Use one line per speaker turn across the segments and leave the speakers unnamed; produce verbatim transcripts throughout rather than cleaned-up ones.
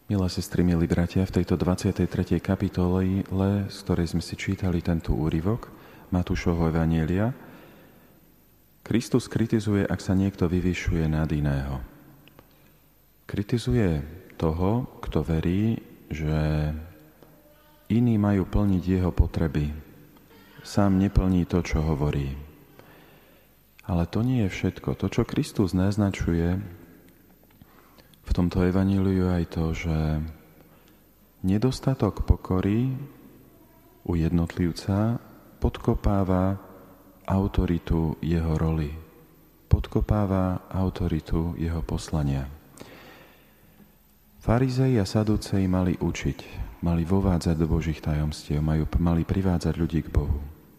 Milé sestry, milí bratia, v tejto dvadsiatej tretej kapitole, z ktorej sme si čítali tento úryvok Matúšovho evanjelia, Kristus kritizuje, ak sa niekto vyvyšuje nad iného. Kritizuje toho, kto verí, že iní majú plniť jeho potreby. Sám neplní to, čo hovorí. Ale to nie je všetko. To, čo Kristus naznačuje v tomto evanjeliu, je aj to, že nedostatok pokory u jednotlivca podkopáva autoritu jeho roli. Podkopáva autoritu jeho poslania. Farizei a saduceji mali učiť, mali vovádzať do Božích tajomstiev, majú, mali privádzať ľudí k Bohu.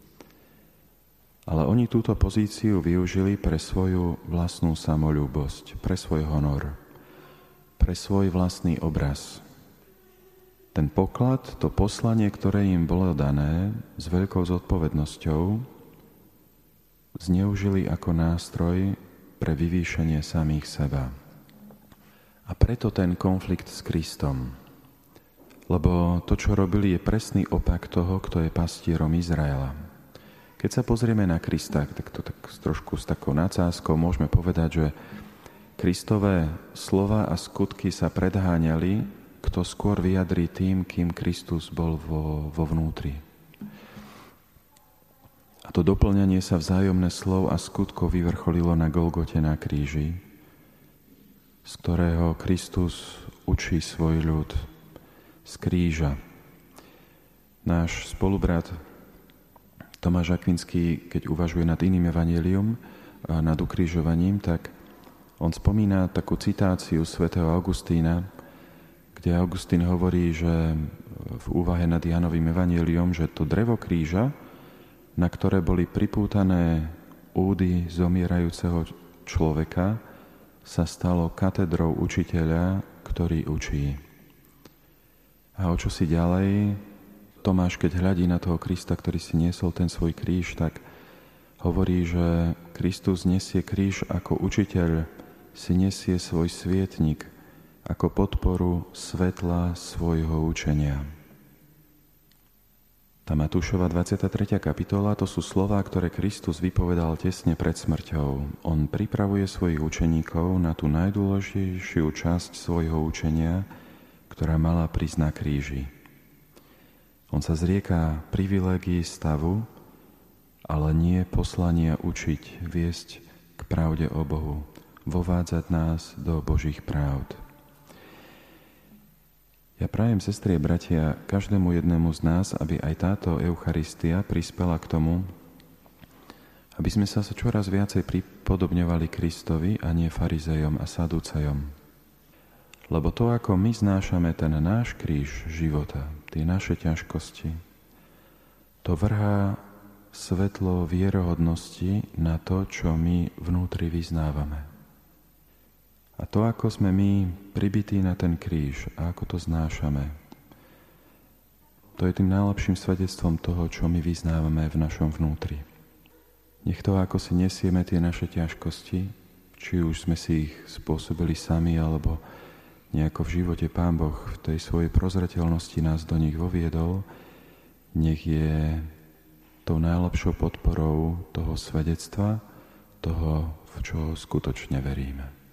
Ale oni túto pozíciu využili pre svoju vlastnú samoľúbosť, pre svoj honor, pre svoj vlastný obraz. Ten poklad, to poslanie, ktoré im bolo dané s veľkou zodpovednosťou, zneužili ako nástroj pre vyvýšenie samých seba. A preto ten konflikt s Kristom. Lebo to, čo robili, je presný opak toho, kto je pastierom Izraela. Keď sa pozrieme na Krista, tak to tak trošku s takou nadsázkou môžeme povedať, že Kristové slova a skutky sa predháňali, kto skôr vyjadrí tým, kým Kristus bol vo, vo vnútri. A to doplňanie sa vzájomné slov a skutkov vyvrcholilo na Golgote na kríži, z ktorého Kristus učí svoj ľud z kríža. Náš spolubrat Tomáš Akvinský, keď uvažuje nad iným evanjeliom, nad ukrižovaním, tak on spomína takú citáciu svätého Augustína, kde Augustín hovorí, že v úvahe nad Jánovým evanjeliom, že to drevo kríža, na ktoré boli pripútané údy zomierajúceho človeka, sa stalo katedrou učiteľa, ktorý učí. A o čo si ďalej, Tomáš, keď hľadí na toho Krista, ktorý si niesol ten svoj kríž, tak hovorí, že Kristus nesie kríž ako učiteľ, si nesie svoj svietnik ako podporu svetla svojho učenia. Tá Matúšova dvadsiata tretia kapitola, to sú slová, ktoré Kristus vypovedal tesne pred smrťou. On pripravuje svojich učeníkov na tú najdôležitejšiu časť svojho učenia, ktorá mala prísť na kríži. On sa zrieka privilégií stavu, ale nie poslania učiť, viesť k pravde o Bohu, vovádzať nás do Božích pravd. Ja prajem, sestry a bratia, každému jednému z nás, aby aj táto Eucharistia prispela k tomu, aby sme sa čoraz viacej pripodobňovali Kristovi a nie farizejom a saducejom. Lebo to, ako my znášame ten náš kríž života, tie naše ťažkosti, to vrhá svetlo vierohodnosti na to, čo my vnútri vyznávame. A to, ako sme my pribití na ten kríž a ako to znášame, to je tým najlepším svedectvom toho, čo my vyznávame v našom vnútri. Nech to, ako si nesieme tie naše ťažkosti, či už sme si ich spôsobili sami, alebo nejako v živote Pán Boh v tej svojej prozreteľnosti nás do nich voviedol, nech je tou najlepšou podporou toho svedectva, toho, v čo skutočne veríme.